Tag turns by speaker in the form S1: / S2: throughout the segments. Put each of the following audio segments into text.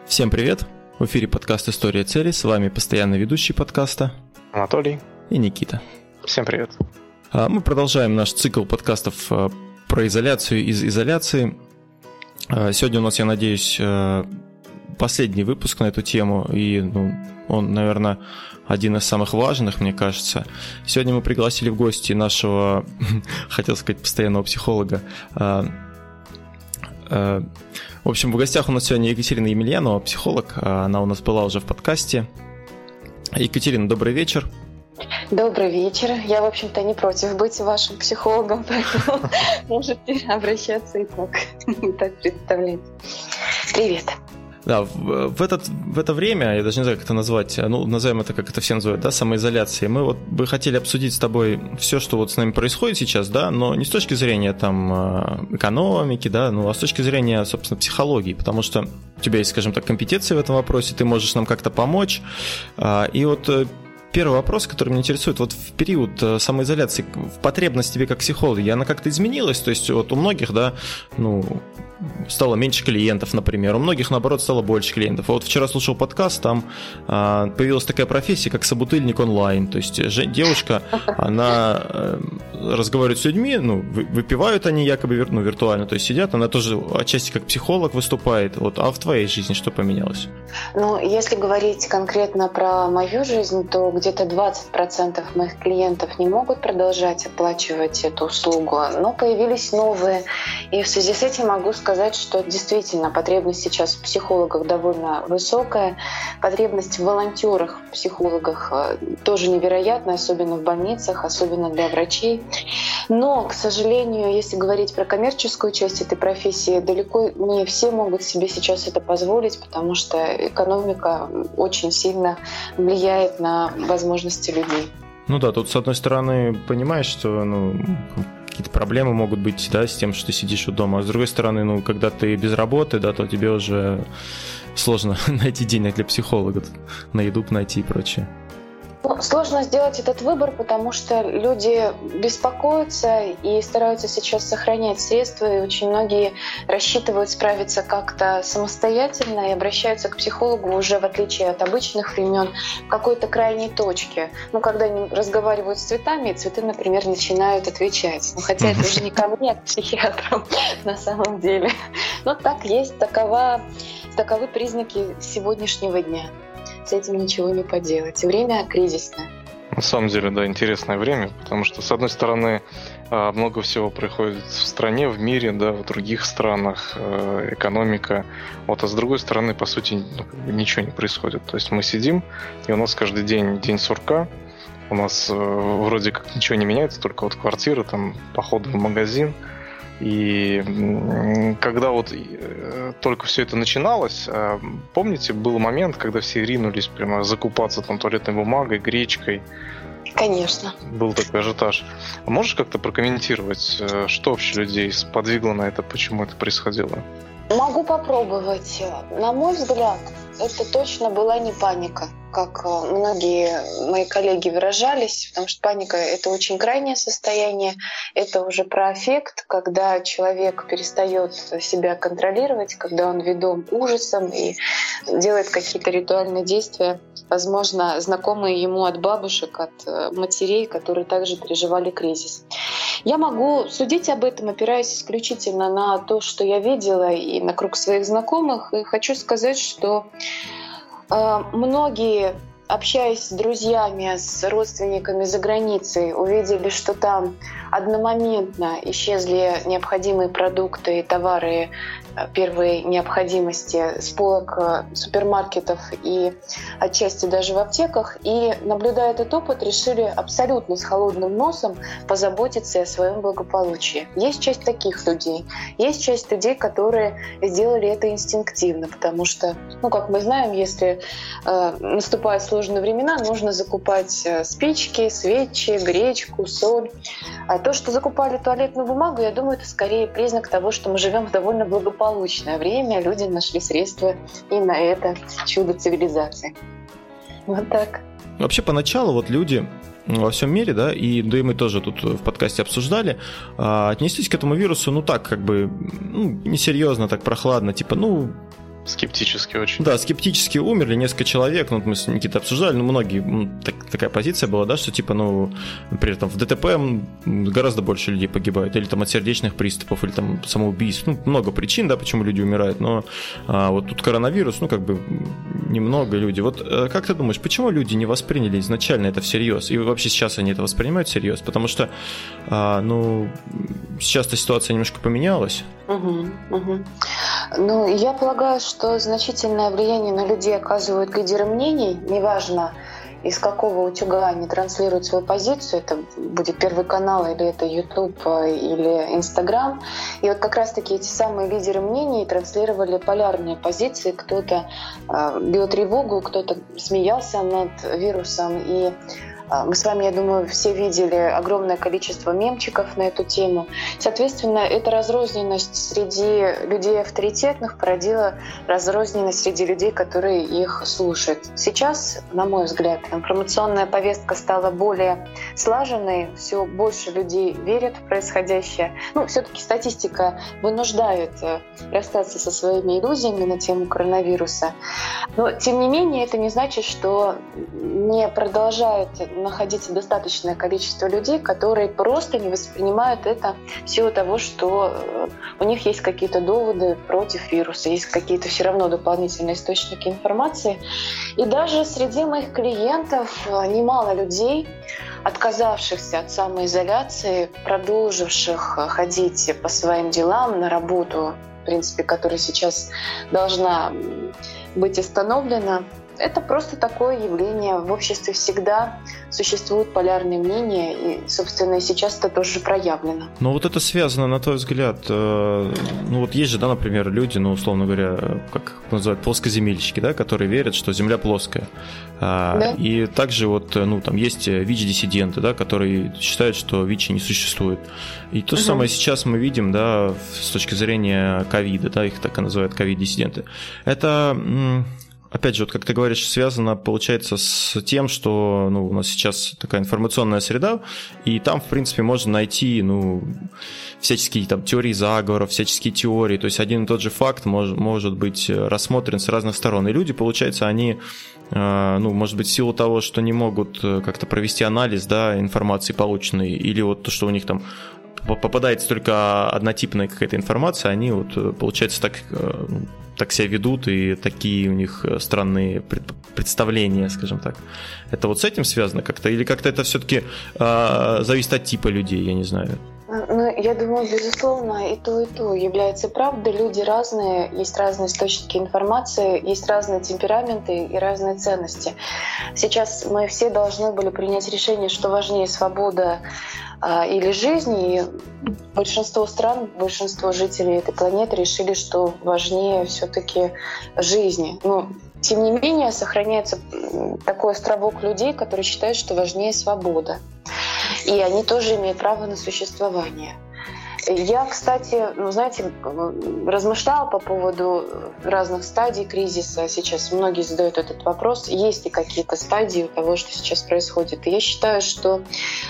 S1: Всем привет! В эфире подкаст «История цели». С вами постоянный ведущий подкаста
S2: Анатолий
S1: и Никита.
S2: Всем привет!
S1: Мы продолжаем наш цикл подкастов про изоляцию из изоляции. Сегодня у нас, я надеюсь, последний выпуск на эту тему, и он, наверное, один из самых важных, мне кажется. Сегодня мы пригласили в гости нашего, хотел сказать, постоянного психолога. В общем, в гостях у нас сегодня Екатерина Емельянова, психолог. Она у нас была уже в подкасте. Екатерина, добрый вечер.
S3: Добрый вечер. Я, в общем-то, не против быть вашим психологом, поэтому можете обращаться и так представлять. Привет.
S1: Да, в это время, я даже не знаю, как это назвать, назовем это, как это все называют, да, самоизоляцией, мы вот бы хотели обсудить с тобой все, что вот с нами происходит сейчас, да, но не с точки зрения там экономики, да, а с точки зрения, собственно, психологии, потому что у тебя есть, скажем так, компетенции в этом вопросе, ты можешь нам как-то помочь, и вот первый вопрос, который меня интересует, вот в период самоизоляции, в потребность тебе как психолога, она как-то изменилась? То есть вот у многих, да, стало меньше клиентов, например, у многих, наоборот, стало больше клиентов. Вот вчера слушал подкаст, там появилась такая профессия, как собутыльник онлайн, то есть девушка, она разговаривает с людьми, выпивают они якобы виртуально, то есть сидят, она тоже отчасти как психолог выступает, вот, а в твоей жизни что поменялось?
S3: Если говорить конкретно про мою жизнь, то где-то 20% моих клиентов не могут продолжать оплачивать эту услугу, но появились новые. И в связи с этим могу сказать, что действительно потребность сейчас в психологах довольно высокая. Потребность в волонтерах, в психологах тоже невероятная, особенно в больницах, особенно для врачей. Но, к сожалению, если говорить про коммерческую часть этой профессии, далеко не все могут себе сейчас это позволить, потому что экономика очень сильно влияет на возможности людей.
S1: Тут с одной стороны понимаешь, что какие-то проблемы могут быть, да, с тем, что ты сидишь у дома, а с другой стороны, когда ты без работы, да, то тебе уже сложно найти денег для психолога, на еду найти и прочее.
S3: Сложно сделать этот выбор, потому что люди беспокоятся и стараются сейчас сохранять средства, и очень многие рассчитывают справиться как-то самостоятельно и обращаются к психологу уже, в отличие от обычных времен, в какой-то крайней точке. Когда они разговаривают с цветами, и цветы, например, начинают отвечать. Хотя это уже не ко мне, а к психиатрам на самом деле. Но так есть, таковы признаки сегодняшнего дня. С этим ничего не поделать. Время кризисное.
S2: На самом деле, да, интересное время, потому что, с одной стороны, много всего происходит в стране, в мире, да, в других странах, экономика, а с другой стороны, по сути, ничего не происходит. То есть мы сидим, и у нас каждый день сурка, у нас вроде как ничего не меняется, только квартира, походы в магазин. И когда только все это начиналось, помните, был момент, когда все ринулись прямо закупаться туалетной бумагой, гречкой?
S3: Конечно.
S2: Был такой ажиотаж. А можешь как-то прокомментировать, что вообще людей сподвигло на это, почему это происходило?
S3: Могу попробовать. На мой взгляд, это точно была не паника, как многие мои коллеги выражались, потому что паника — это очень крайнее состояние, это уже про аффект, когда человек перестает себя контролировать, когда он ведом ужасом и делает какие-то ритуальные действия, возможно, знакомые ему от бабушек, от матерей, которые также переживали кризис. Я могу судить об этом, опираясь исключительно на то, что я видела, и на круг своих знакомых, и хочу сказать, что многие, общаясь с друзьями, с родственниками за границей, увидели, что там одномоментно исчезли необходимые продукты и товары первой необходимости с полок супермаркетов и отчасти даже в аптеках. И, наблюдая этот опыт, решили абсолютно с холодным носом позаботиться о своем благополучии. Есть часть таких людей. Есть часть людей, которые сделали это инстинктивно, потому что, как мы знаем, если наступают сложные времена, нужно закупать спички, свечи, гречку, соль. А то, что закупали туалетную бумагу, я думаю, это скорее признак того, что мы живем в довольно благополучное время, люди нашли средства и на это чудо цивилизации. Вот так.
S1: Вообще, поначалу люди во всем мире, да и мы тоже тут в подкасте обсуждали, отнеслись к этому вирусу, несерьезно, так прохладно,
S2: скептически очень.
S1: Да, скептически умерли несколько человек, мы с Никитой обсуждали, многие, такая позиция была, да, что типа, например, там в ДТП гораздо больше людей погибает, или там от сердечных приступов, или там самоубийств, много причин, да, почему люди умирают, но вот тут коронавирус, немного люди. Вот как ты думаешь, почему люди не восприняли изначально это всерьез, и вообще сейчас они это воспринимают всерьез, потому что, сейчас-то ситуация немножко поменялась.
S3: Я полагаю, что значительное влияние на людей оказывают лидеры мнений, неважно, из какого утюга они транслируют свою позицию, это будет Первый канал, или это YouTube, или Instagram. И вот как раз-таки эти самые лидеры мнений транслировали полярные позиции. Кто-то бьет тревогу, кто-то смеялся над вирусом. И мы с вами, я думаю, все видели огромное количество мемчиков на эту тему. Соответственно, эта разрозненность среди людей авторитетных породила разрозненность среди людей, которые их слушают. Сейчас, на мой взгляд, информационная повестка стала более слаженной, все больше людей верят в происходящее. Все-таки статистика вынуждает расстаться со своими иллюзиями на тему коронавируса. Но, тем не менее, это не значит, что не продолжает находиться достаточное количество людей, которые просто не воспринимают это в силу того, что у них есть какие-то доводы против вируса, есть какие-то все равно дополнительные источники информации. И даже среди моих клиентов немало людей, отказавшихся от самоизоляции, продолживших ходить по своим делам на работу, в принципе, которая сейчас должна быть остановлена. Это просто такое явление. В обществе всегда существуют полярные мнения, и, собственно, и сейчас это тоже проявлено.
S1: Но вот это связано, на твой взгляд, есть же, да, например, люди, условно говоря, как называют, плоскоземельщики, да, которые верят, что Земля плоская. Да? И также там есть ВИЧ-диссиденты, да, которые считают, что ВИЧа не существует. И то же самое сейчас мы видим, да, с точки зрения ковида, да, их так и называют ковид-диссиденты. Это... Опять же, вот как ты говоришь, связано, получается, с тем, что у нас сейчас такая информационная среда, и там, в принципе, можно найти всяческие там теории заговоров, всяческие теории, то есть один и тот же факт может быть рассмотрен с разных сторон. И люди, получается, они, может быть, в силу того, что не могут как-то провести анализ, да, информации полученной, или вот то, что у них там попадается только однотипная какая-то информация, они получается, так себя ведут, и такие у них странные представления, скажем так. Это вот с этим связано как-то? Или как-то это все-таки зависит от типа людей, я не знаю?
S3: Я думаю, безусловно, и то является правдой. Люди разные, есть разные источники информации, есть разные темпераменты и разные ценности. Сейчас мы все должны были принять решение, что важнее — свобода или жизнь, и большинство стран, большинство жителей этой планеты решили, что важнее все-таки жизни. Но, тем не менее, сохраняется такой островок людей, которые считают, что важнее свобода. И они тоже имеют право на существование. Я, кстати, размышляла по поводу разных стадий кризиса. Сейчас многие задают этот вопрос. Есть ли какие-то стадии у того, что сейчас происходит? И я считаю, что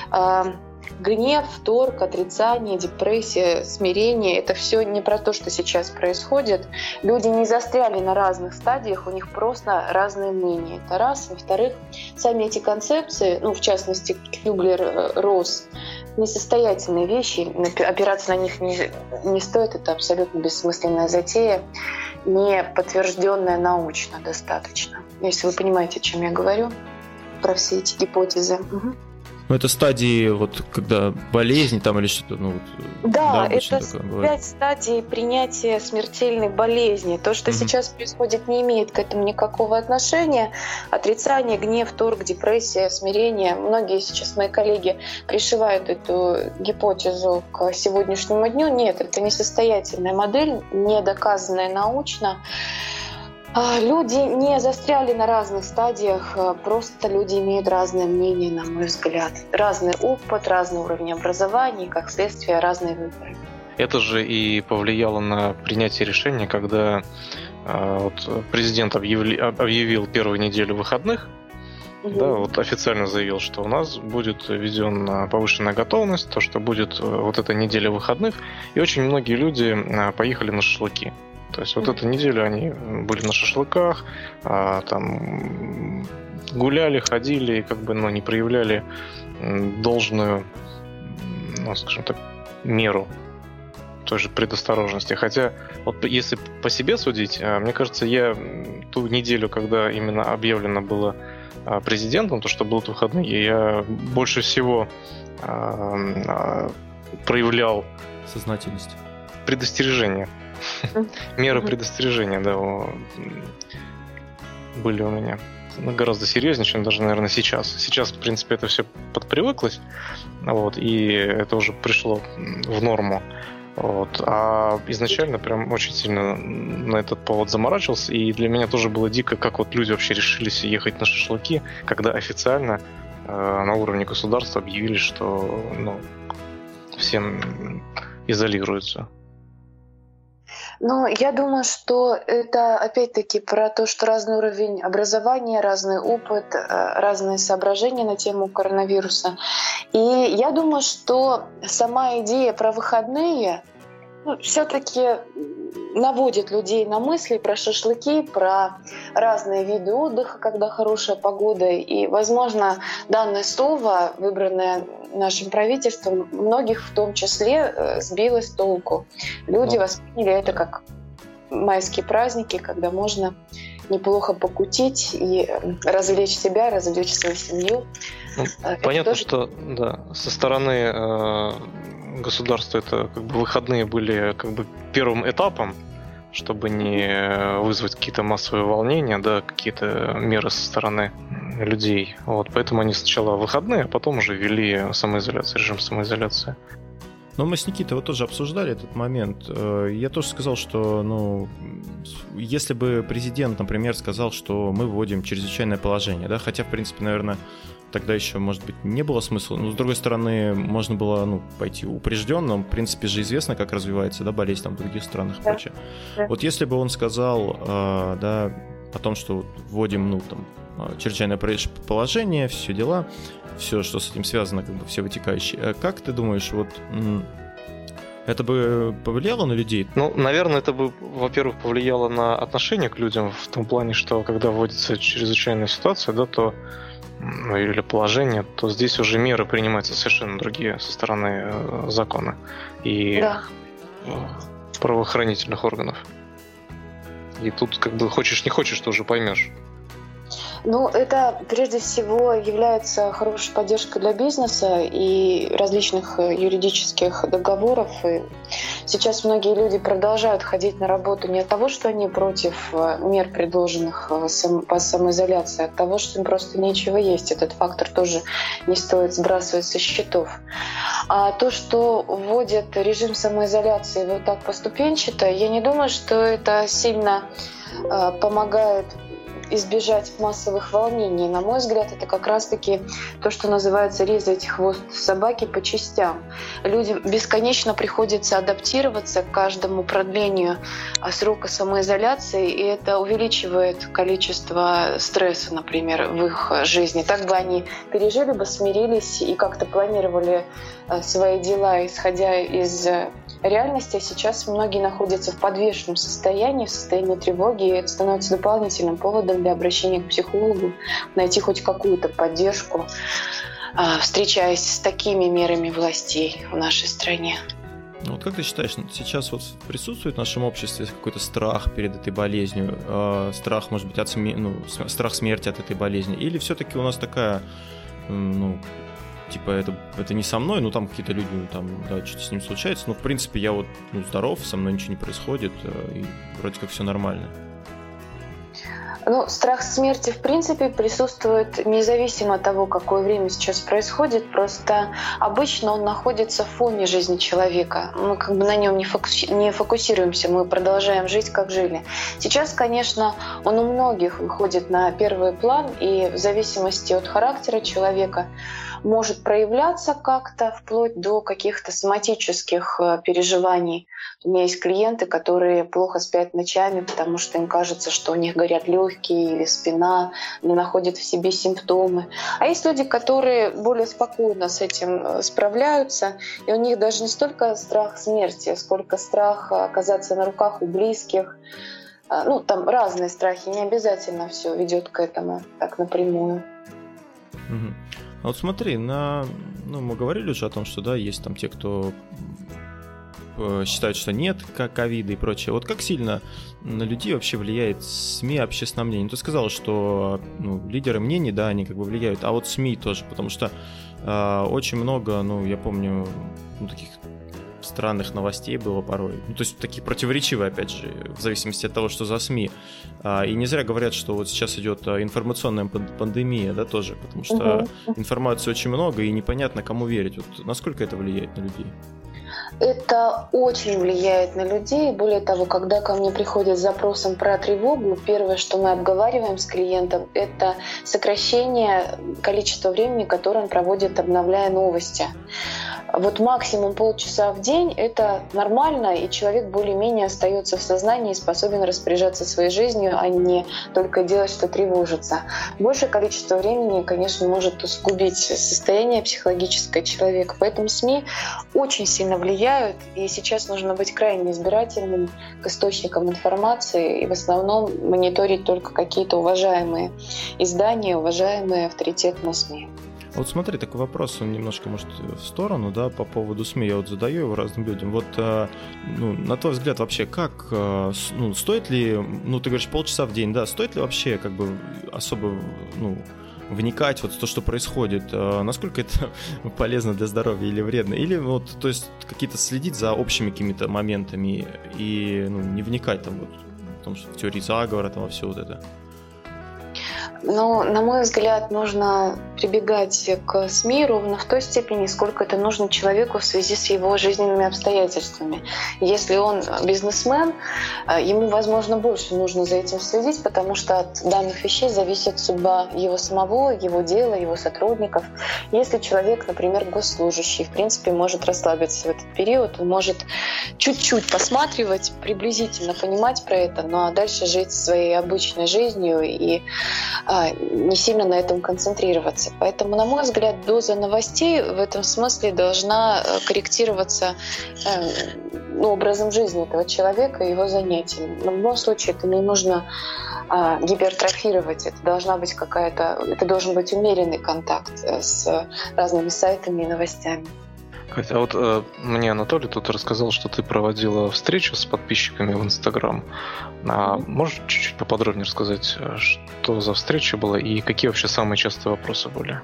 S3: гнев, торг, отрицание, депрессия, смирение — это все не про то, что сейчас происходит. Люди не застряли на разных стадиях, у них просто разные мнения. Это раз. Во-вторых, сами эти концепции, в частности, Кюблер-Росс, несостоятельные вещи, опираться на них не стоит, это абсолютно бессмысленная затея, не подтвержденная научно достаточно. Если вы понимаете, о чем я говорю, про все эти гипотезы.
S1: Это стадии, когда болезни там или что-то,
S3: Да, это 5 стадий принятия смертельной болезни. То, что сейчас происходит, не имеет к этому никакого отношения. Отрицание, гнев, торг, депрессия, смирение. Многие сейчас мои коллеги пришивают эту гипотезу к сегодняшнему дню. Нет, это несостоятельная модель, не доказанная научно. Люди не застряли на разных стадиях, просто люди имеют разное мнение, на мой взгляд. Разный опыт, разный уровень образования, и, как следствие, разные выборы.
S2: Это же и повлияло на принятие решения, когда президент объявил первую неделю выходных, да, официально заявил, что у нас будет введена повышенная готовность, то, что будет эта неделя выходных, и очень многие люди поехали на шашлыки. То есть вот эту неделю они были на шашлыках, там гуляли, ходили, как бы, не проявляли должную, скажем так, меру той же предосторожности. Хотя, вот если по себе судить, мне кажется, я ту неделю, когда именно объявлено было президентом, то, что будут выходные, я больше всего проявлял
S1: сознательность.
S2: Предостережение. Меры предостережения, да, были у меня. Гораздо серьезнее, чем даже, наверное, сейчас. Сейчас, в принципе, это все подпривыклось, и это уже пришло в норму. А изначально прям очень сильно на этот повод заморачивался, и для меня тоже было дико, как вот люди вообще решились ехать на шашлыки, когда официально на уровне государства объявили, что все изолируются.
S3: Я думаю, что это опять-таки про то, что разный уровень образования, разный опыт, разные соображения на тему коронавируса. И я думаю, что сама идея про выходные все-таки наводит людей на мысли про шашлыки, про разные виды отдыха, когда хорошая погода. И, возможно, данное слово, выбранное нашим правительством, многих в том числе сбило с толку. Люди восприняли это как майские праздники, когда можно неплохо покутить и развлечь себя, развлечь свою семью.
S2: Понятно, что со стороны государства это выходные были первым этапом, чтобы не вызвать какие-то массовые волнения, какие-то меры со стороны людей. Поэтому они сначала выходные, а потом уже ввели режим самоизоляции.
S1: Но мы с Никитой тоже обсуждали этот момент. Я тоже сказал, что, если бы президент, например, сказал, что мы вводим чрезвычайное положение, хотя, в принципе, наверное, тогда еще, может быть, не было смысла. Но, с другой стороны, можно было, пойти упрежденным. В принципе же известно, как развивается, болезнь в других странах и прочее. Вот если бы он сказал, о том, что вводим, чрезвычайное положение, все дела, все, что с этим связано, все вытекающие. Как ты думаешь, это бы повлияло на людей?
S2: Наверное, это бы, во-первых, повлияло на отношение к людям в том плане, что когда вводится чрезвычайная ситуация, то или положение, то здесь уже меры принимаются совершенно другие со стороны закона и правоохранительных органов. И тут хочешь не хочешь, ты уже поймешь.
S3: Это прежде всего является хорошей поддержкой для бизнеса и различных юридических договоров. И сейчас многие люди продолжают ходить на работу не от того, что они против мер, предложенных по самоизоляции, а от того, что им просто нечего есть. Этот фактор тоже не стоит сбрасывать со счетов. А то, что вводят режим самоизоляции так поступенчато, я не думаю, что это сильно помогает избежать массовых волнений. На мой взгляд, это как раз-таки то, что называется резать хвост собаки по частям. Людям бесконечно приходится адаптироваться к каждому продлению срока самоизоляции, и это увеличивает количество стресса, например, в их жизни. Так бы они пережили бы, смирились и как-то планировали свои дела, исходя из реальности. А сейчас многие находятся в подвешенном состоянии, в состоянии тревоги, и это становится дополнительным поводом для обращения к психологу, найти хоть какую-то поддержку, встречаясь с такими мерами властей в нашей стране.
S1: Как ты считаешь, сейчас присутствует в нашем обществе какой-то страх перед этой болезнью, страх, может быть, страх смерти от этой болезни, или все-таки у нас такая, это не со мной, там какие-то люди, что-то с ним случается, но в принципе я здоров, со мной ничего не происходит, и вроде как все нормально.
S3: Страх смерти, в принципе, присутствует независимо от того, какое время сейчас происходит. Просто обычно он находится в фоне жизни человека. Мы на нем не фокусируемся, мы продолжаем жить, как жили. Сейчас, конечно, он у многих выходит на первый план, и в зависимости от характера человека может проявляться как-то вплоть до каких-то соматических переживаний. У меня есть клиенты, которые плохо спят ночами, потому что им кажется, что у них горят легкие или спина, не находят в себе симптомы. А есть люди, которые более спокойно с этим справляются, и у них даже не столько страх смерти, сколько страх оказаться на руках у близких. Там разные страхи, не обязательно все ведет к этому так напрямую.
S1: А вот смотри, мы говорили уже о том, что есть там те, кто считают, что нет ковида и прочее. Вот как сильно на людей вообще влияет СМИ, общественное мнение? Ты сказал, что лидеры мнений, они как бы влияют, а вот СМИ тоже, потому что очень много, я помню, таких странных новостей было порой. То есть такие противоречивые, опять же, в зависимости от того, что за СМИ. И не зря говорят, что вот сейчас идет информационная пандемия, тоже, потому что информации очень много, и непонятно, кому верить. Вот насколько это влияет на людей?
S3: Это очень влияет на людей. Более того, когда ко мне приходят с запросом про тревогу, первое, что мы обговариваем с клиентом, это сокращение количества времени, которое он проводит, обновляя новости. Вот максимум полчаса в день — это нормально, и человек более-менее остается в сознании и способен распоряжаться своей жизнью, а не только делать, что тревожится. Большее количество времени, конечно, может усугубить состояние психологическое человека. Поэтому СМИ очень сильно влияют, и сейчас нужно быть крайне избирательным к источникам информации и в основном мониторить только какие-то уважаемые издания, уважаемые авторитетные СМИ.
S1: Вот смотри, такой вопрос, он немножко, может, в сторону, по поводу СМИ. Я задаю его разным людям. Вот, на твой взгляд, вообще, как, стоит ли, ты говоришь, полчаса в день, стоит ли вообще, как бы, особо, вникать вот в то, что происходит? Насколько это полезно для здоровья или вредно? Или, то есть, какие-то следить за общими какими-то моментами и, не вникать там, в том, что в теории заговора, во все вот это?
S3: На мой взгляд, нужно прибегать к СМИ ровно в той степени, сколько это нужно человеку в связи с его жизненными обстоятельствами. Если он бизнесмен, ему, возможно, больше нужно за этим следить, потому что от данных вещей зависит судьба его самого, его дела, его сотрудников. Если человек, например, госслужащий, в принципе, может расслабиться в этот период, он может чуть-чуть посматривать, приблизительно понимать про это, а дальше жить своей обычной жизнью и не сильно на этом концентрироваться. Поэтому, на мой взгляд, доза новостей в этом смысле должна корректироваться образом жизни этого человека и его занятиями. Но в любом случае это не нужно гипертрофировать. Это должен быть умеренный контакт с разными сайтами и новостями.
S2: Катя, а вот мне Анатолий тут рассказал, что ты проводила встречу с подписчиками в Инстаграм. Можешь чуть-чуть поподробнее рассказать, что за встреча была и какие вообще самые частые вопросы были?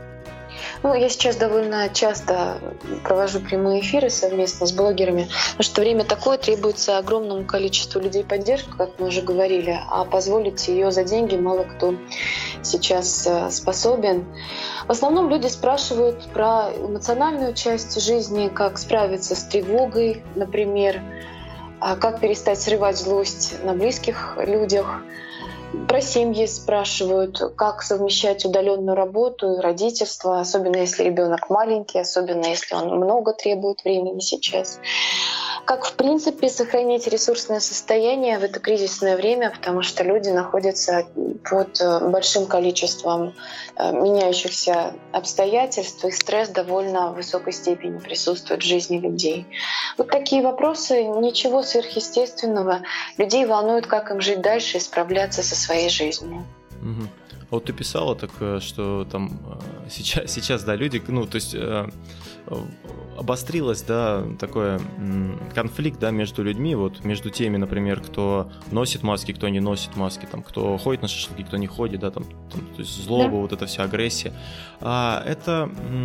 S3: Я сейчас довольно часто провожу прямые эфиры совместно с блогерами, потому что время такое, требуется огромному количеству людей поддержка, как мы уже говорили, а позволить ее за деньги мало кто сейчас способен. В основном люди спрашивают про эмоциональную часть жизни, как справиться с тревогой, например, как перестать срывать злость на близких людях. Про семьи спрашивают, как совмещать удаленную работу и родительство, особенно если ребенок маленький, особенно если он много требует времени сейчас. Как, в принципе, сохранить ресурсное состояние в это кризисное время, потому что люди находятся под большим количеством меняющихся обстоятельств, и стресс довольно в высокой степени присутствует в жизни людей. Вот такие вопросы, ничего сверхъестественного. Людей волнует, как им жить дальше и справляться со своей жизнью.
S1: Угу. Вот ты писала так, что там сейчас люди, то есть обострилось, такой конфликт, между людьми, между теми, например, кто носит маски, кто не носит маски, там, кто ходит на шашлыки, кто не ходит, то есть злоба, вот эта вся агрессия. Это,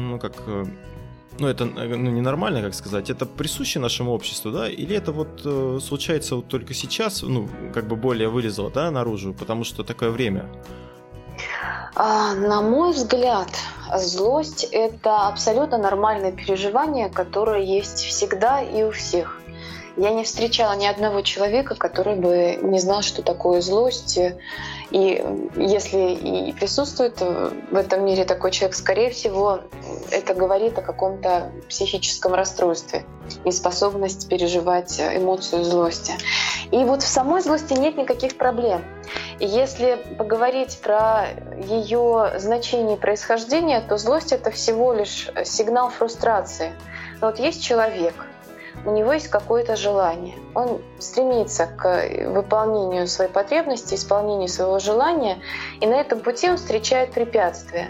S1: это ненормально, как сказать, это присуще нашему обществу, или это случается только сейчас, более вылезло, наружу, потому что такое время?
S3: На мой взгляд, злость — это абсолютно нормальное переживание, которое есть всегда и у всех. Я не встречала ни одного человека, который бы не знал, что такое злость. И если и присутствует в этом мире такой человек, скорее всего, это говорит о каком-то психическом расстройстве, неспособность переживать эмоцию злости. И вот в самой злости нет никаких проблем. И если поговорить про ее значение и происхождение, то злость — это всего лишь сигнал фрустрации. Но вот есть человек, у него есть какое-то желание. Он стремится к выполнению своей потребности, исполнению своего желания, и на этом пути он встречает препятствия.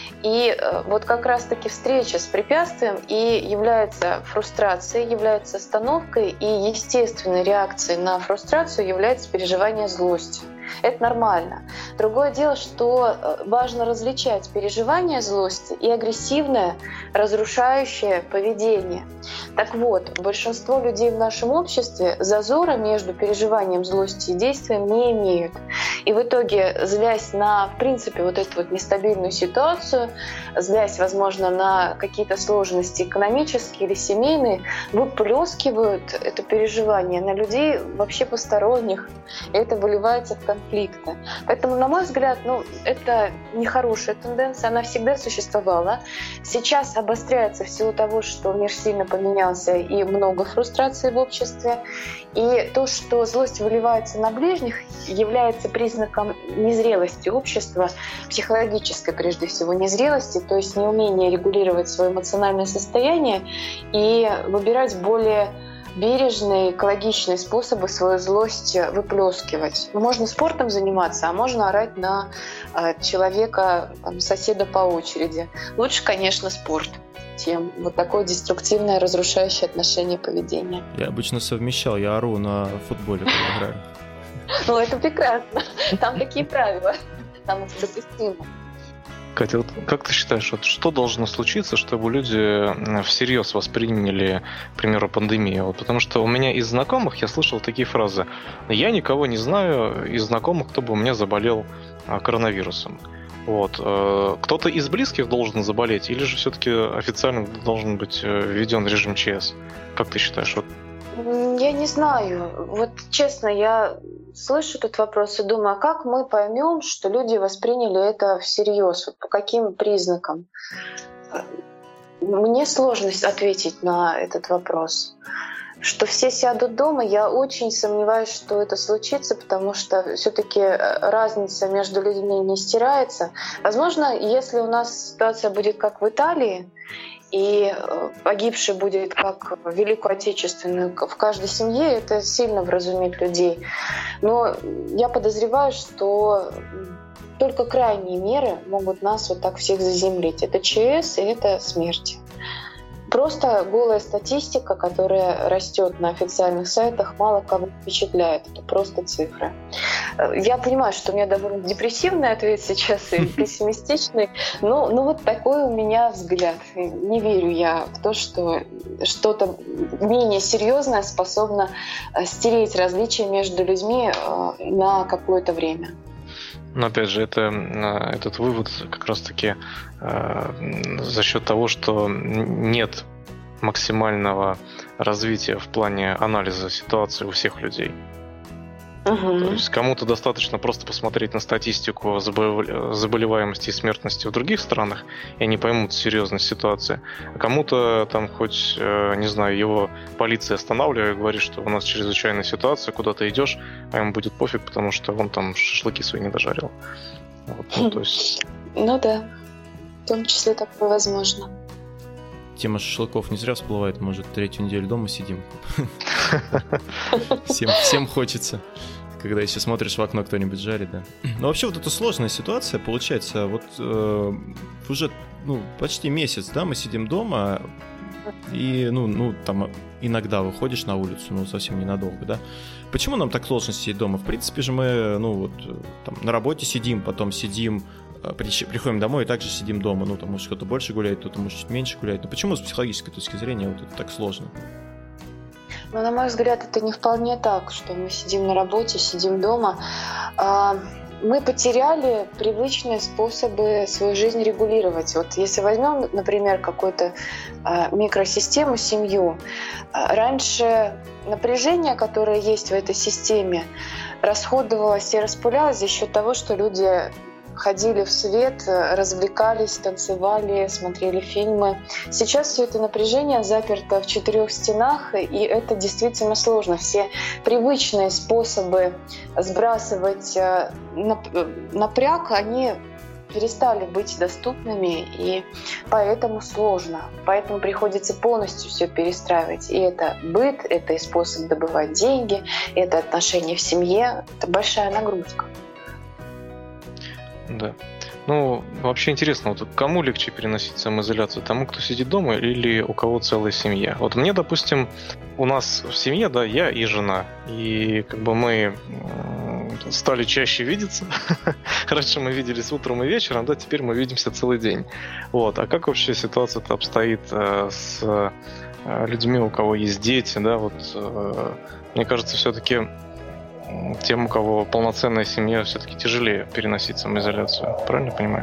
S3: И вот как раз-таки встреча с препятствием и является фрустрацией, является остановкой, и естественной реакцией на фрустрацию является переживание злости. Это нормально. Другое дело, что важно различать переживание злости и агрессивное, разрушающее поведение. Так вот, большинство людей в нашем обществе зазора между переживанием злости и действием не имеют. И в итоге, злясь на, в принципе, вот эту вот нестабильную ситуацию, злясь, возможно, на какие-то сложности экономические или семейные, выплескивают это переживание на людей вообще посторонних. И это выливается в конфликты. Поэтому, на мой взгляд, это нехорошая тенденция, она всегда существовала. Сейчас обостряется в силу того, что мир сильно поменялся и много фрустрации в обществе. И то, что злость выливается на ближних, является признаком незрелости общества, психологической прежде всего незрелости, то есть неумения регулировать свое эмоциональное состояние и выбирать более бережные, экологичные способы свою злость выплескивать. Можно спортом заниматься, а можно орать на человека, соседа по очереди. Лучше, конечно, спорт, чем вот такое деструктивное, разрушающее отношение поведения.
S1: Я обычно совмещал, я ору на футболе, когда играю.
S3: Это прекрасно. Там такие правила. Там это допустимо.
S2: Катя, вот как ты считаешь, что должно случиться, чтобы люди всерьез восприняли, к примеру, пандемию? Потому что у меня из знакомых я слышал такие фразы: «Я никого не знаю из знакомых, кто бы у меня заболел коронавирусом». Кто-то из близких должен заболеть, или же все-таки официально должен быть введен режим ЧС? Как ты считаешь?
S3: Я не знаю. Вот честно, я слышу этот вопрос и думаю, а как мы поймем, что люди восприняли это всерьез? По каким признакам? Мне сложно ответить на этот вопрос. Что все сядут дома, я очень сомневаюсь, что это случится, потому что все-таки разница между людьми не стирается. Возможно, если у нас ситуация будет как в Италии, и погибший будет как в Великую Отечественную в каждой семье, это сильно вразумит людей. Но я подозреваю, что только крайние меры могут нас вот так всех заземлить. Это ЧС и это смерти. Просто голая статистика, которая растет на официальных сайтах, мало кого впечатляет. Это просто цифры. Я понимаю, что у меня довольно депрессивный ответ сейчас и пессимистичный, но вот такой у меня взгляд. Не верю я в то, что что-то менее серьезное способно стереть различия между людьми на какое-то время.
S2: Но опять же, этот вывод как раз-таки за счет того, что нет максимального развития в плане анализа ситуации у всех людей. То есть кому-то достаточно просто посмотреть на статистику заболеваемости и смертности в других странах, и они поймут серьезность ситуации. А кому-то там хоть, не знаю, его полиция останавливает и говорит, что у нас чрезвычайная ситуация, куда ты идешь, а ему будет пофиг, потому что он там шашлыки свои не дожарил. То есть...
S3: Да, в том числе такое возможно.
S1: Тема шашлыков не зря всплывает, может, 3-ю неделю дома сидим. Всем хочется, когда еще смотришь в окно, кто-нибудь жарит, да. Но вообще вот эта сложная ситуация, получается, вот уже почти месяц, да, мы сидим дома, и, там иногда выходишь на улицу, совсем ненадолго, да. Почему нам так сложно сидеть дома? В принципе же мы, там на работе сидим, потом сидим, приходим домой и также сидим дома. Там может кто-то больше гуляет, кто-то может чуть меньше гуляет. Но почему с психологической точки зрения вот это так сложно?
S3: На мой взгляд, это не вполне так, что мы сидим на работе, сидим дома. мы потеряли привычные способы свою жизнь регулировать. Вот если возьмем, например, какую-то микросистему, семью, раньше напряжение, которое есть в этой системе, расходовалось и распылялось за счет того, что люди ходили в свет, развлекались, танцевали, смотрели фильмы. Сейчас все это напряжение заперто в 4 стенах, и это действительно сложно. Все привычные способы сбрасывать напряг, они перестали быть доступными, и поэтому сложно. Поэтому приходится полностью все перестраивать. И это быт, это и способ добывать деньги, это отношения в семье. Это большая нагрузка.
S2: Да. Ну, вообще интересно, вот кому легче переносить самоизоляцию? Тому, кто сидит дома, или у кого целая семья? Вот мне, допустим, у нас в семье, да, я и жена. И как бы мы стали чаще видеться. Раньше мы виделись утром и вечером, да, теперь мы видимся целый день. Вот. А как вообще ситуация-то обстоит с людьми, у кого есть дети, да? Вот мне кажется, все-таки тем, у кого полноценная семья, все-таки тяжелее переносить самоизоляцию. Правильно понимаю?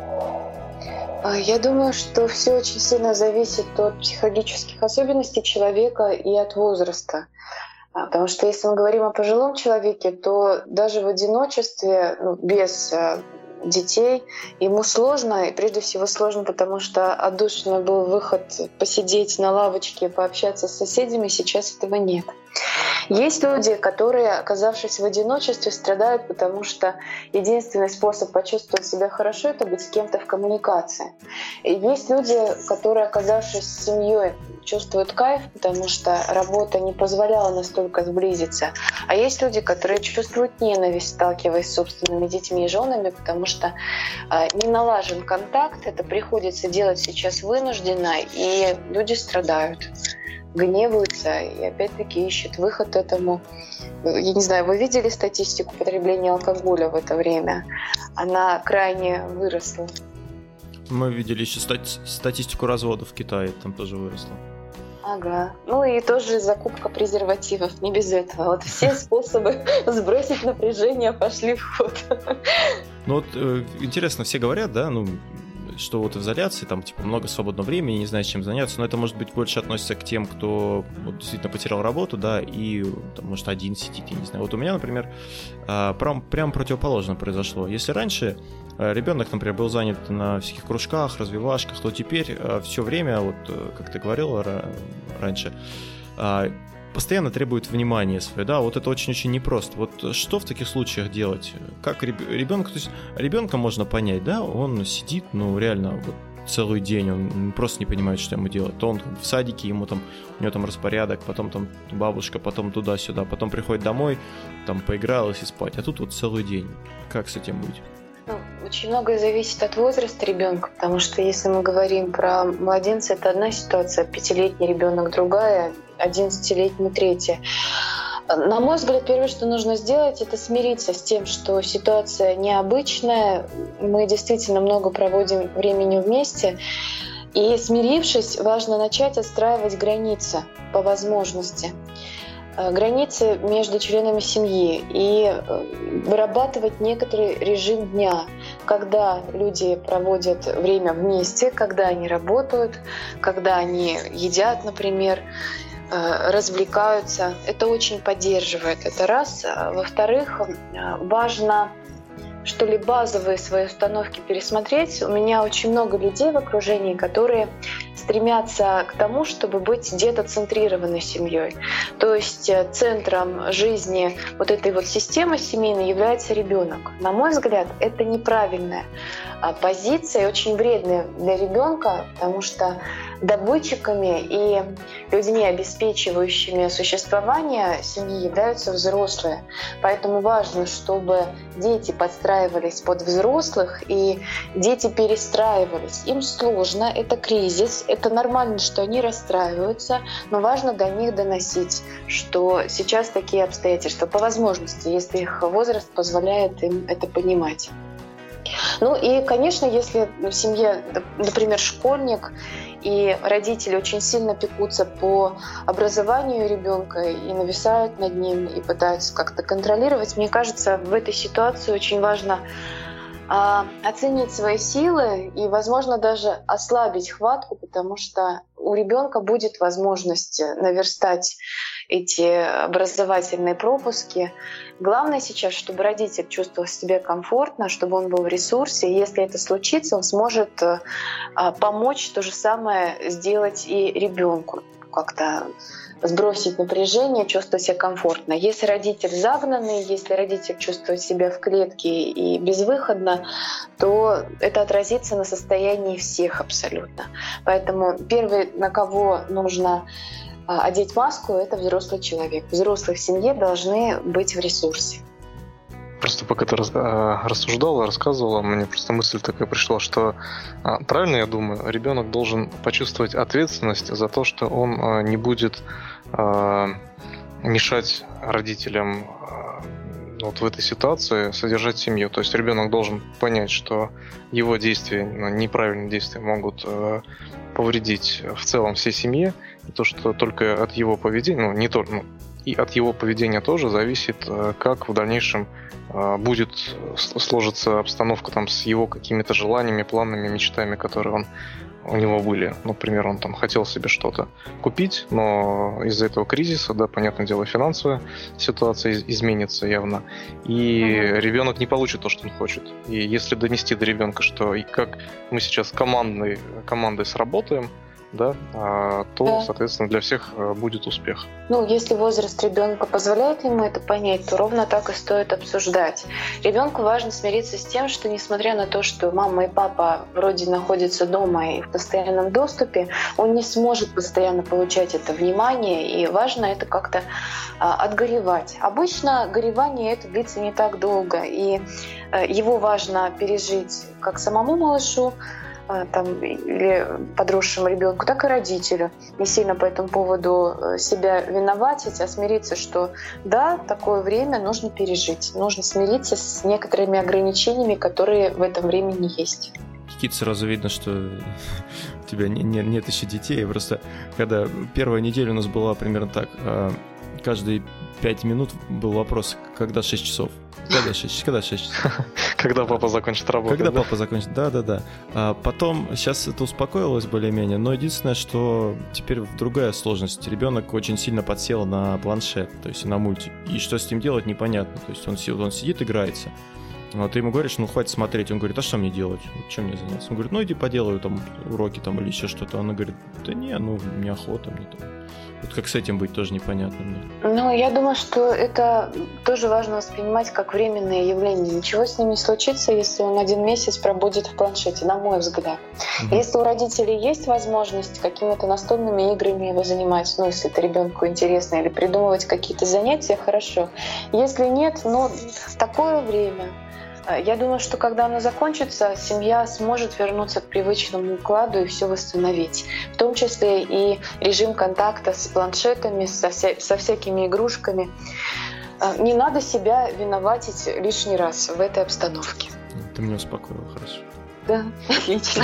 S3: Я думаю, что все очень сильно зависит от психологических особенностей человека и от возраста. Потому что если мы говорим о пожилом человеке, то даже в одиночестве, без детей, ему сложно, и прежде всего сложно, потому что отдушина был выход посидеть на лавочке, пообщаться с соседями, сейчас этого нет. Есть люди, которые, оказавшись в одиночестве, страдают, потому что единственный способ почувствовать себя хорошо — это быть с кем-то в коммуникации. И есть люди, которые, оказавшись с семьей, чувствуют кайф, потому что работа не позволяла настолько сблизиться. А есть люди, которые чувствуют ненависть, сталкиваясь с собственными детьми и женами, потому что не налажен контакт, это приходится делать сейчас вынужденно, и люди страдают, гневаются и опять-таки ищут выход этому. Я не знаю, вы видели статистику потребления алкоголя в это время? Она крайне выросла.
S1: Мы видели еще статистику разводов в Китае, там тоже выросла.
S3: Ага. Ну и тоже закупка презервативов, не без этого. Вот все способы сбросить напряжение пошли в ход.
S1: Ну вот интересно, все говорят, да, что вот в изоляции там типа много свободного времени, не знаю, чем заняться, но это может быть больше относится к тем, кто вот, действительно потерял работу, да, и там, может один сидит, я не знаю. Вот у меня, например, прям противоположно произошло. Если раньше ребенок, например, был занят на всяких кружках, развивашках, то теперь все время, вот как ты говорил раньше, постоянно требует внимания свое, да, вот это очень-очень непросто. Вот что в таких случаях делать? Как ребенка, то есть ребенка можно понять, да, он сидит, реально вот целый день, он просто не понимает, что ему делать. То он в садике, у него там распорядок, потом там бабушка, потом туда-сюда, потом приходит домой, там поигралась и спать, а тут вот целый день. Как с этим быть?
S3: Очень многое зависит от возраста ребенка, потому что если мы говорим про младенца, это одна ситуация, 5-летний ребенок другая, 11-летний третья. На мой взгляд, первое, что нужно сделать, это смириться с тем, что ситуация необычная, мы действительно много проводим времени вместе, и смирившись, важно начать отстраивать границы по возможности. Границы между членами семьи и вырабатывать некоторый режим дня, когда люди проводят время вместе, когда они работают, когда они едят, например, развлекаются. Это очень поддерживает. Это раз. Во-вторых, важно что ли базовые свои установки пересмотреть. У меня очень много людей в окружении, которые стремятся к тому, чтобы быть детоцентрированной семьей. То есть центром жизни вот этой вот системы семейной является ребенок. На мой взгляд, это неправильная позиция, очень вредная для ребенка, потому что добытчиками и людьми, обеспечивающими существование семьи, являются взрослые. Поэтому важно, чтобы дети подстраивались под взрослых, и дети перестраивались. Им сложно, это кризис, это нормально, что они расстраиваются, но важно до них доносить, что сейчас такие обстоятельства, по возможности, если их возраст позволяет им это понимать. Ну и, конечно, если в семье, например, школьник, и родители очень сильно пекутся по образованию ребенка и нависают над ним, и пытаются как-то контролировать, мне кажется, в этой ситуации очень важно оценить свои силы и, возможно, даже ослабить хватку, потому что у ребенка будет возможность наверстать эти образовательные пропуски. Главное сейчас, чтобы родитель чувствовал себя комфортно, чтобы он был в ресурсе. И если это случится, он сможет помочь то же самое сделать и ребенку, как-то сбросить напряжение, чувствовать себя комфортно. Если родитель загнанный, если родитель чувствует себя в клетке и безвыходно, то это отразится на состоянии всех абсолютно. Поэтому первый, на кого нужно одеть маску, это взрослый человек. Взрослые в семье должны быть в ресурсе.
S2: Просто пока ты рассуждала, рассказывала, мне просто мысль такая пришла, что правильно я думаю, ребенок должен почувствовать ответственность за то, что он не будет мешать родителям вот в этой ситуации содержать семью. То есть ребенок должен понять, что его действия, неправильные действия могут повредить в целом всей семье, и то, что только от его поведения, и от его поведения тоже зависит, как в дальнейшем будет сложиться обстановка там с его какими-то желаниями, планами, мечтами, которые у него были. Например, он там хотел себе что-то купить, но из-за этого кризиса, да, понятное дело, финансовая ситуация изменится явно, и ребенок не получит то, что он хочет. И если донести до ребенка, что и как мы сейчас командой сработаем, да, то, соответственно, для всех будет успех.
S3: Если возраст ребенка позволяет ему это понять, то ровно так и стоит обсуждать. Ребенку важно смириться с тем, что несмотря на то, что мама и папа вроде находятся дома и в постоянном доступе, он не сможет постоянно получать это внимание, и важно это как-то отгоревать. Обычно горевание это длится не так долго, и его важно пережить как самому малышу, или подросшему ребенку, так и родителю. Не сильно по этому поводу себя виноватить, а смириться, что да, такое время нужно пережить. Нужно смириться с некоторыми ограничениями, которые в этом времени есть.
S1: Кит, сразу видно, что у тебя нет еще детей. Просто когда первая неделя у нас была примерно так, каждые 5 минут был вопрос, когда 6 часов? Когда 6 часов?
S2: Когда папа закончит работу.
S1: Когда папа закончит, да. Потом, сейчас это успокоилось более-менее, но единственное, что теперь другая сложность. Ребенок очень сильно подсел на планшет, то есть на мультик. И что с ним делать, непонятно. То есть он сидит, играется. Ты ему говоришь, хватит смотреть. Он говорит, а что мне делать? Чем мне заняться? Он говорит, иди поделаю там уроки там или еще что-то. Она говорит, да неохота мне там. Вот как с этим быть, тоже непонятно мне.
S3: Я думаю, что это тоже важно воспринимать как временное явление. Ничего с ним не случится, если он 1 месяц пробудет в планшете, на мой взгляд. Если у родителей есть возможность какими-то настольными играми его занимать, если это ребенку интересно, или придумывать какие-то занятия, хорошо. Если нет, такое время. Я думаю, что когда оно закончится, семья сможет вернуться к привычному укладу и все восстановить. В том числе и режим контакта с планшетами, со всякими игрушками. Не надо себя виноватить лишний раз в этой обстановке.
S1: Ты меня успокоила, хорошо.
S3: Да, отлично.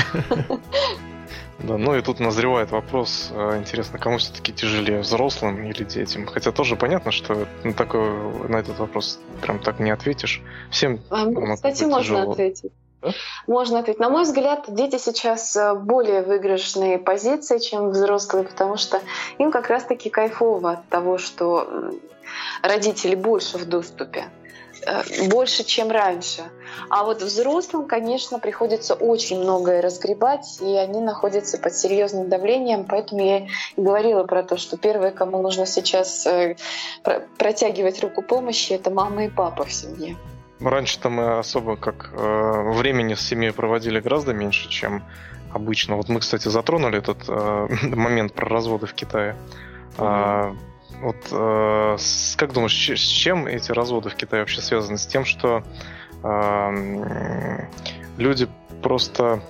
S2: Да, и тут назревает вопрос, интересно, кому все-таки тяжелее, взрослым или детям? Хотя тоже понятно, что на этот вопрос прям так не ответишь. Всем,
S3: кстати, можно ответить. Да? Можно ответить. На мой взгляд, дети сейчас более в выигрышной позиции, чем взрослые, потому что им как раз-таки кайфово от того, что родители больше в доступе. Больше, чем раньше. А вот взрослым, конечно, приходится очень многое разгребать, и они находятся под серьезным давлением, поэтому я и говорила про то, что первые, кому нужно сейчас протягивать руку помощи, это мама и папа в семье.
S2: Раньше-то мы особо времени с семьей проводили гораздо меньше, чем обычно. Вот мы, кстати, затронули этот момент про разводы в Китае. Как думаешь, с чем эти разводы в Китае вообще связаны? С тем, что люди просто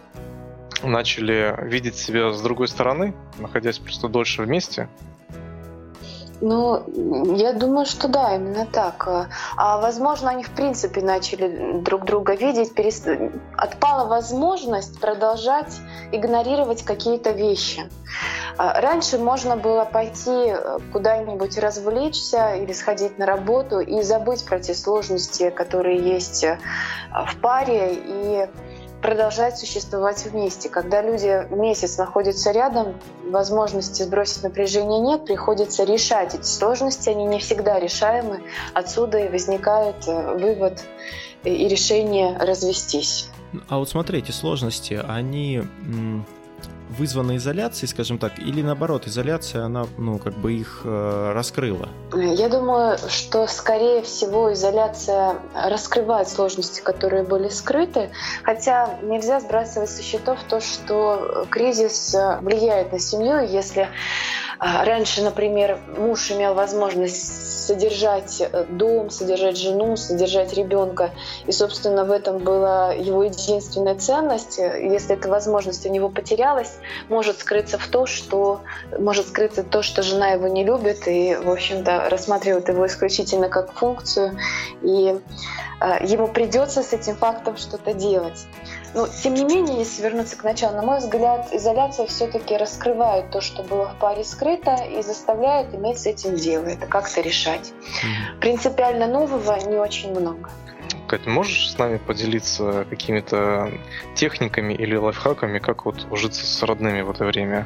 S2: начали видеть себя с другой стороны, находясь просто дольше вместе?
S3: Ну, я думаю, что да, именно так. А возможно, они в принципе начали друг друга видеть, отпала возможность продолжать игнорировать какие-то вещи. Раньше можно было пойти куда-нибудь развлечься или сходить на работу и забыть про те сложности, которые есть в паре, и продолжать существовать вместе. Когда люди месяц находятся рядом, возможности сбросить напряжение нет, приходится решать эти сложности, они не всегда решаемы. Отсюда и возникает вывод и решение развестись.
S1: А вот смотрите, сложности, они вызваны изоляцией, скажем так, или наоборот, изоляция, она, как бы их раскрыла?
S3: Я думаю, что, скорее всего, изоляция раскрывает сложности, которые были скрыты, хотя нельзя сбрасывать со счетов то, что кризис влияет на семью. Если раньше, например, муж имел возможность содержать дом, содержать жену, содержать ребенка, и, собственно, в этом была его единственная ценность. Если эта возможность у него потерялась, может скрыться то, что жена его не любит и, в общем-то, рассматривает его исключительно как функцию, и ему придется с этим фактом что-то делать. Но, тем не менее, если вернуться к началу, на мой взгляд, изоляция все-таки раскрывает то, что было в паре скрыто, и заставляет иметь с этим дело, это как-то решать. Принципиально нового не очень много.
S2: Кать, можешь с нами поделиться какими-то техниками или лайфхаками, как вот ужиться с родными в это время?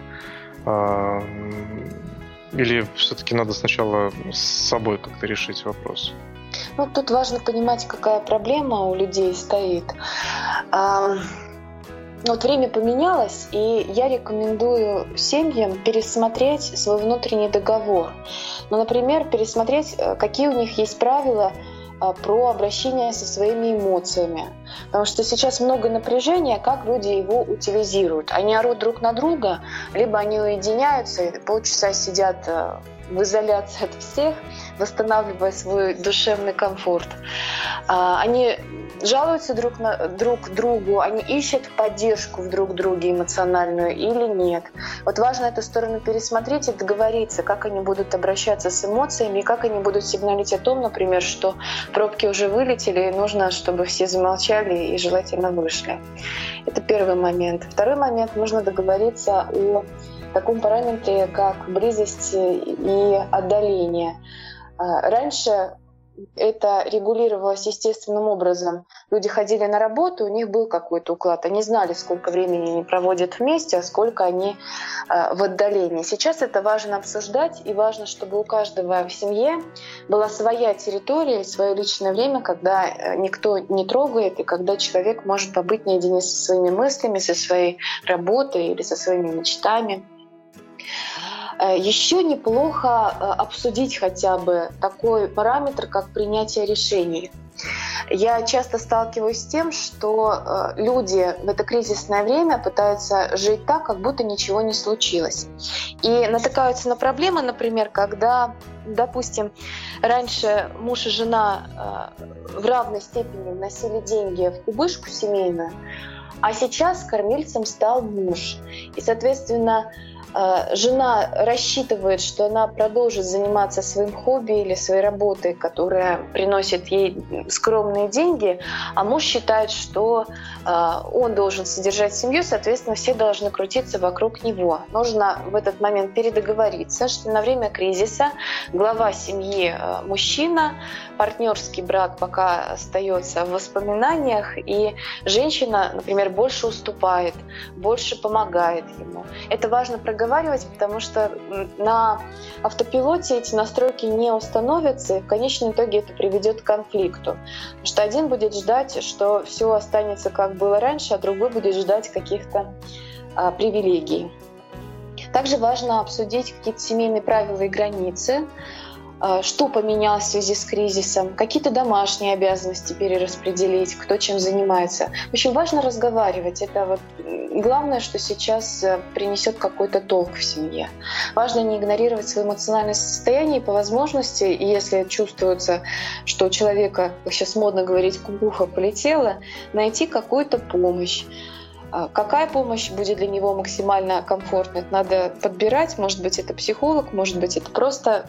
S2: Или все-таки надо сначала с собой как-то решить вопрос?
S3: Ну, тут важно понимать, какая проблема у людей стоит. Вот время поменялось, и я рекомендую семьям пересмотреть свой внутренний договор. Ну, например, пересмотреть, какие у них есть правила про обращение со своими эмоциями. Потому что сейчас много напряжения, как люди его утилизируют. Они орут друг на друга, либо они уединяются и полчаса сидят в изоляции от всех, восстанавливая свой душевный комфорт. Они жалуются друг другу, они ищут поддержку в друг друге эмоциональную или нет. Вот важно эту сторону пересмотреть и договориться, как они будут обращаться с эмоциями, и как они будут сигналить о том, например, что пробки уже вылетели, и нужно, чтобы все замолчали и желательно вышли. Это первый момент. Второй момент — нужно договориться о таком параметре, как близость и отдаление. Раньше это регулировалось естественным образом. Люди ходили на работу, у них был какой-то уклад. Они знали, сколько времени они проводят вместе, а сколько они в отдалении. Сейчас это важно обсуждать, и важно, чтобы у каждого в семье была своя территория, свое личное время, когда никто не трогает, и когда человек может побыть наедине со своими мыслями, со своей работой или со своими мечтами. Еще неплохо обсудить хотя бы такой параметр, как принятие решений. Я часто сталкиваюсь с тем, что люди в это кризисное время пытаются жить так, как будто ничего не случилось. И натыкаются на проблемы, например, когда, допустим, раньше муж и жена в равной степени вносили деньги в кубышку семейную, а сейчас кормильцем стал муж. И, соответственно, жена рассчитывает, что она продолжит заниматься своим хобби или своей работой, которая приносит ей скромные деньги, а муж считает, что он должен содержать семью, соответственно, все должны крутиться вокруг него. Нужно в этот момент передоговориться, что на время кризиса глава семьи мужчина, партнерский брак пока остается в воспоминаниях, и женщина, например, больше уступает, больше помогает ему. Это важно проговорить, потому что на автопилоте эти настройки не установятся, и в конечном итоге это приведет к конфликту. Потому что один будет ждать, что все останется как было раньше, а другой будет ждать каких-то привилегий. Также важно обсудить какие-то семейные правила и границы, что поменялось в связи с кризисом, какие-то домашние обязанности перераспределить, кто чем занимается. В общем, важно разговаривать. Это вот главное, что сейчас принесет какой-то толк в семье. Важно не игнорировать свое эмоциональное состояние и по возможности, если чувствуется, что у человека, как сейчас модно говорить, кукуха полетела, найти какую-то помощь. Какая помощь будет для него максимально комфортной? Это надо подбирать. Может быть, это психолог, может быть, это просто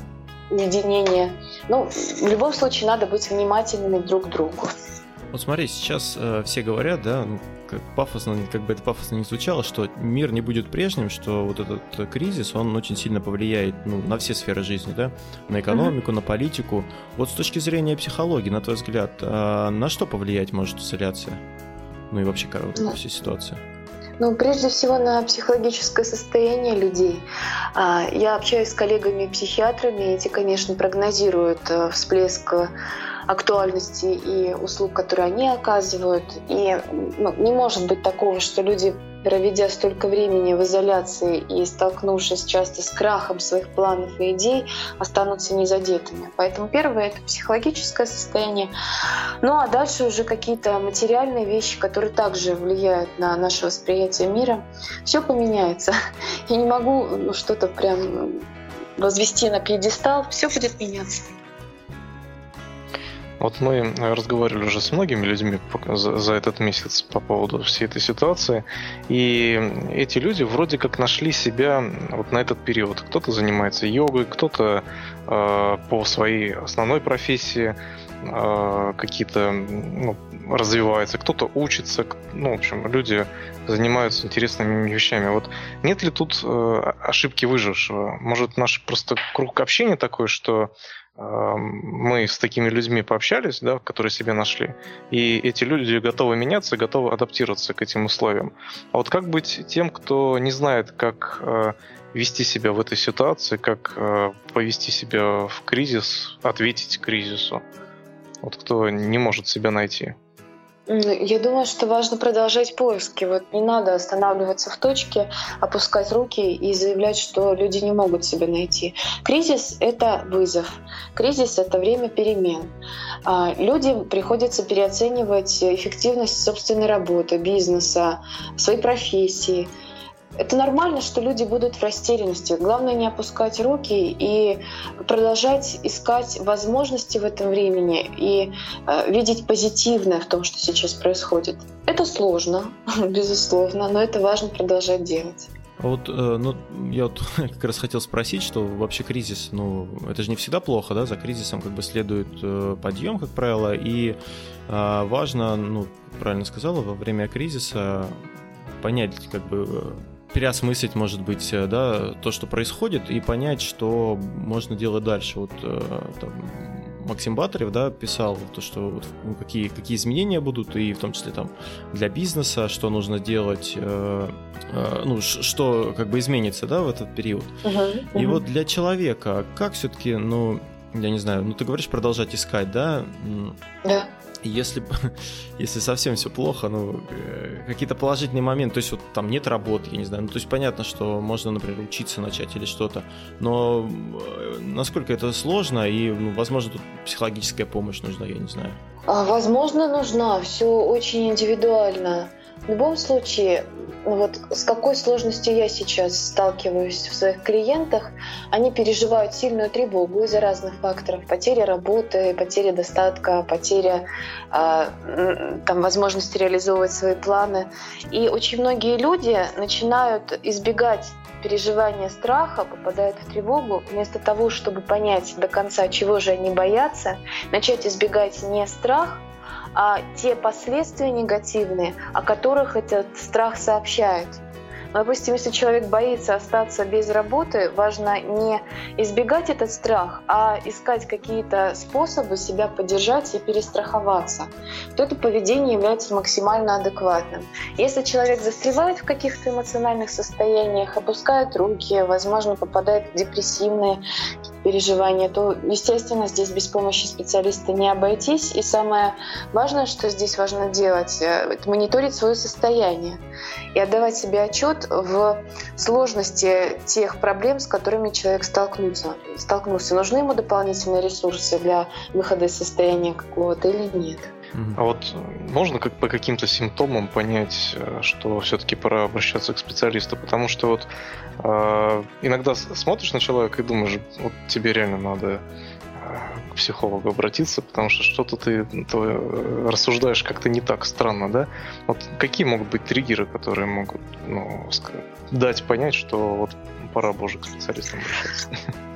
S3: уединение. Ну, в любом случае надо быть внимательными друг к другу.
S1: Вот смотри, сейчас все говорят, да, ну, как пафосно, как бы это пафосно не звучало, что мир не будет прежним, что вот этот кризис, он очень сильно повлияет, ну, на все сферы жизни, да, на экономику, на политику. Вот с точки зрения психологии, на твой взгляд, на что повлиять может изоляция? Ну и вообще, вот вся ситуация.
S3: Ну, прежде всего, на психологическое состояние людей. Я общаюсь с коллегами-психиатрами, эти, конечно, прогнозируют всплеск актуальности и услуг, которые они оказывают. И не может быть такого, что люди, проведя столько времени в изоляции и столкнувшись часто с крахом своих планов и идей, останутся незадетыми. Поэтому первое — это психологическое состояние. Ну а дальше уже какие-то материальные вещи, которые также влияют на наше восприятие мира. Все поменяется. Я не могу что-то прям возвести на пьедестал. Все будет меняться.
S2: Вот мы разговаривали уже с многими людьми за этот месяц по поводу всей этой ситуации, и эти люди вроде как нашли себя вот на этот период. Кто-то занимается йогой, кто-то по своей основной профессии какие-то развивается, кто-то учится, в общем, люди занимаются интересными вещами. Вот нет ли тут ошибки выжившего? Может, наш просто круг общения такой, что мы с такими людьми пообщались, да, которые себя нашли, и эти люди готовы меняться, готовы адаптироваться к этим условиям. А вот как быть тем, кто не знает, как вести себя в этой ситуации, как повести себя в кризис, ответить кризису? Вот кто не может себя найти.
S3: Я думаю, что важно продолжать поиски. Вот не надо останавливаться в точке, опускать руки и заявлять, что люди не могут себя найти. Кризис — это вызов. Кризис — это время перемен. Людям приходится переоценивать эффективность собственной работы, бизнеса, своей профессии. Это нормально, что люди будут в растерянности. Главное не опускать руки и продолжать искать возможности в этом времени и видеть позитивное в том, что сейчас происходит. Это сложно, безусловно, но это важно продолжать делать.
S1: Вот, я вот как раз хотел спросить, что вообще кризис, это же не всегда плохо, да, за кризисом как бы следует подъем, как правило, и важно, правильно сказала, во время кризиса понять, как бы, переосмыслить, может быть, да, то, что происходит, и понять, что можно делать дальше. Вот Максим Батарев, да, писал то, что какие изменения будут, и в том числе там для бизнеса, что нужно делать, что как бы изменится, да, в этот период. И вот для человека, как все-таки, я не знаю, ты говоришь продолжать искать, да?
S3: Да.
S1: Если совсем все плохо, какие-то положительные моменты, то есть вот там нет работы, я не знаю, то есть понятно, что можно, например, учиться начать или что-то, но насколько это сложно и, возможно, тут психологическая помощь нужна, я не знаю.
S3: Возможно, нужна, все очень индивидуально. В любом случае, с какой сложностью я сейчас сталкиваюсь в своих клиентах, они переживают сильную тревогу из-за разных факторов. Потеря работы, потеря достатка, потеря возможности реализовывать свои планы. И очень многие люди начинают избегать переживания страха, попадают в тревогу, вместо того, чтобы понять до конца, чего же они боятся, начать избегать не страх, а те последствия негативные, о которых этот страх сообщает. Допустим, если человек боится остаться без работы, важно не избегать этот страх, а искать какие-то способы себя поддержать и перестраховаться. То это поведение является максимально адекватным. Если человек застревает в каких-то эмоциональных состояниях, опускает руки, возможно, попадает в депрессивные переживания, то, естественно, здесь без помощи специалиста не обойтись. И самое важное, что здесь важно делать, это мониторить свое состояние и отдавать себе отчет в сложности тех проблем, с которыми человек столкнулся. Нужны ему дополнительные ресурсы для выхода из состояния какого-то или нет?
S2: А вот можно по каким-то симптомам понять, что все-таки пора обращаться к специалисту? Потому что вот иногда смотришь на человека и думаешь, вот тебе реально надо к психологу обратиться, потому что что-то ты рассуждаешь как-то не так странно, да? Вот какие могут быть триггеры, которые могут дать понять, что вот пора, боже, к специалистам обращаться?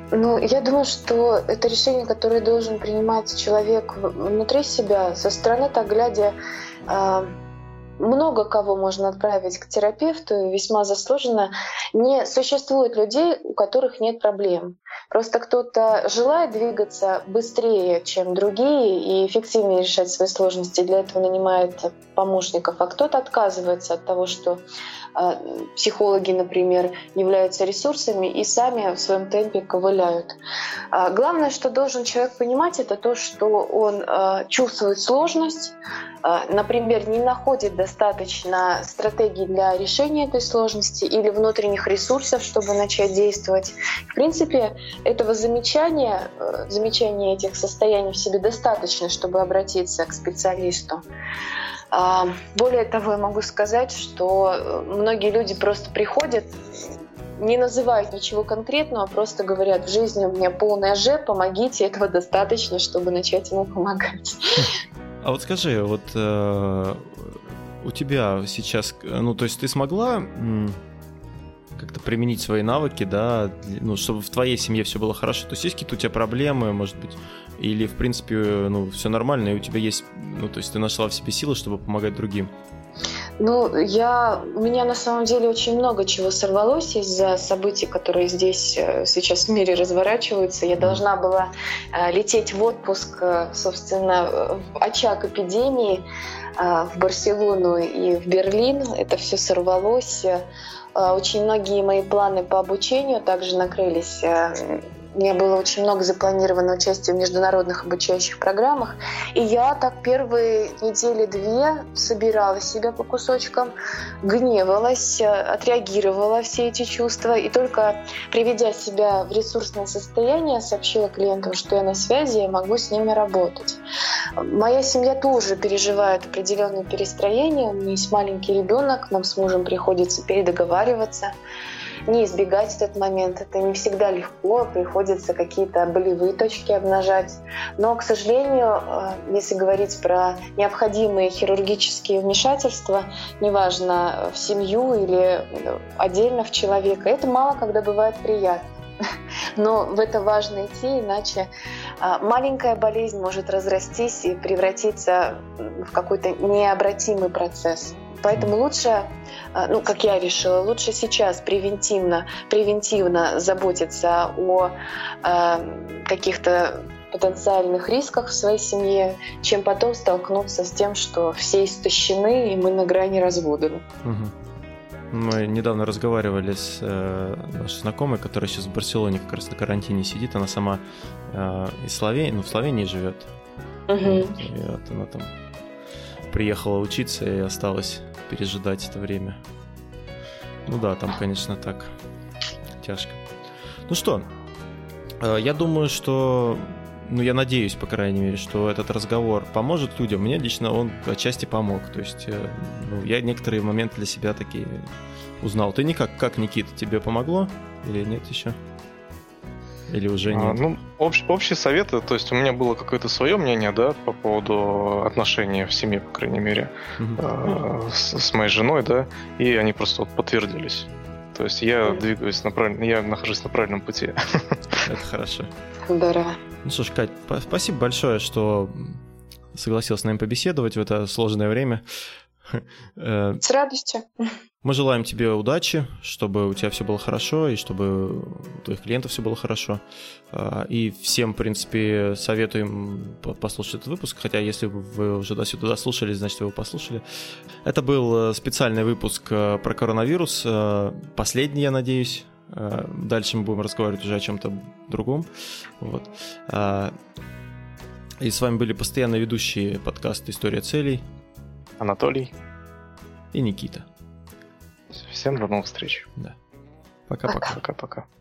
S3: Я думаю, что это решение, которое должен принимать человек внутри себя. Со стороны, так глядя, много кого можно отправить к терапевту, весьма заслуженно. Не существует людей, у которых нет проблем. Просто кто-то желает двигаться быстрее, чем другие, и эффективнее решать свои сложности. Для этого нанимает помощников. А кто-то отказывается от того, что психологи, например, являются ресурсами и сами в своем темпе ковыляют. Главное, что должен человек понимать, это то, что он чувствует сложность, например, не находит достаточно стратегий для решения этой сложности или внутренних ресурсов, чтобы начать действовать. В принципе, этого замечания этих состояний в себе достаточно, чтобы обратиться к специалисту. Более того, я могу сказать, что многие люди просто приходят, не называют ничего конкретного, просто говорят: в жизни у меня полная Ж, помогите, этого достаточно, чтобы начать ему помогать.
S1: А вот скажи, вот у тебя сейчас, то есть ты смогла как-то применить свои навыки, да, чтобы в твоей семье все было хорошо? То есть какие-то у тебя проблемы, может быть, или в принципе, все нормально, и у тебя есть, то есть ты нашла в себе силы, чтобы помогать другим?
S3: У меня на самом деле очень много чего сорвалось из-за событий, которые здесь сейчас в мире разворачиваются. Я должна была лететь в отпуск, собственно, в очаг эпидемии в Барселону и в Берлин. Это все сорвалось. Очень многие мои планы по обучению также накрылись. У меня было очень много запланировано участия в международных обучающих программах. И я так первые недели-две собирала себя по кусочкам, гневалась, отреагировала все эти чувства. И только приведя себя в ресурсное состояние, сообщила клиентам, что я на связи, я могу с ними работать. Моя семья тоже переживает определенные перестроения. У меня есть маленький ребенок, нам с мужем приходится передоговариваться, не избегать этот момент. Это не всегда легко, приходится какие-то болевые точки обнажать. Но, к сожалению, если говорить про необходимые хирургические вмешательства, неважно, в семью или отдельно в человека, это мало когда бывает приятно. Но в это важно идти, иначе маленькая болезнь может разрастись и превратиться в какой-то необратимый процесс. Поэтому лучше, как я решила, лучше сейчас превентивно заботиться о каких-то потенциальных рисках в своей семье, чем потом столкнуться с тем, что все истощены и мы на грани развода.
S1: Мы недавно разговаривали с нашей знакомой, которая сейчас в Барселоне как раз на карантине сидит. Она сама из Словении, в Словении живет. И она там приехала учиться и осталась пережидать это время. Там, конечно, так тяжко. Что, я думаю, что... я надеюсь, по крайней мере, что этот разговор поможет людям. Мне лично он отчасти помог. То есть, я некоторые моменты для себя такие узнал. Ты никак, как, Никита, тебе помогло? Или нет еще? Или уже нет?
S2: Общие советы, то есть у меня было какое-то свое мнение, да, по поводу отношений в семье, по крайней мере, с моей женой, да, и они просто подтвердились. То есть я я нахожусь на правильном пути.
S1: Это хорошо.
S3: Здорово.
S1: Что ж, Кать, спасибо большое, что согласилась с нами побеседовать в это сложное время.
S3: С радостью.
S1: Мы желаем тебе удачи, чтобы у тебя все было хорошо, и чтобы у твоих клиентов все было хорошо. И всем, в принципе, советуем послушать этот выпуск, хотя если вы уже до сюда дослушали, значит, вы его послушали. Это был специальный выпуск про коронавирус, последний, я надеюсь. Дальше мы будем разговаривать уже о чем-то другом. И с вами были постоянные ведущие подкаста «История целей»
S2: Анатолий
S1: и Никита.
S2: Всем до новых встреч.
S1: Да. Пока-пока.
S2: Пока-пока.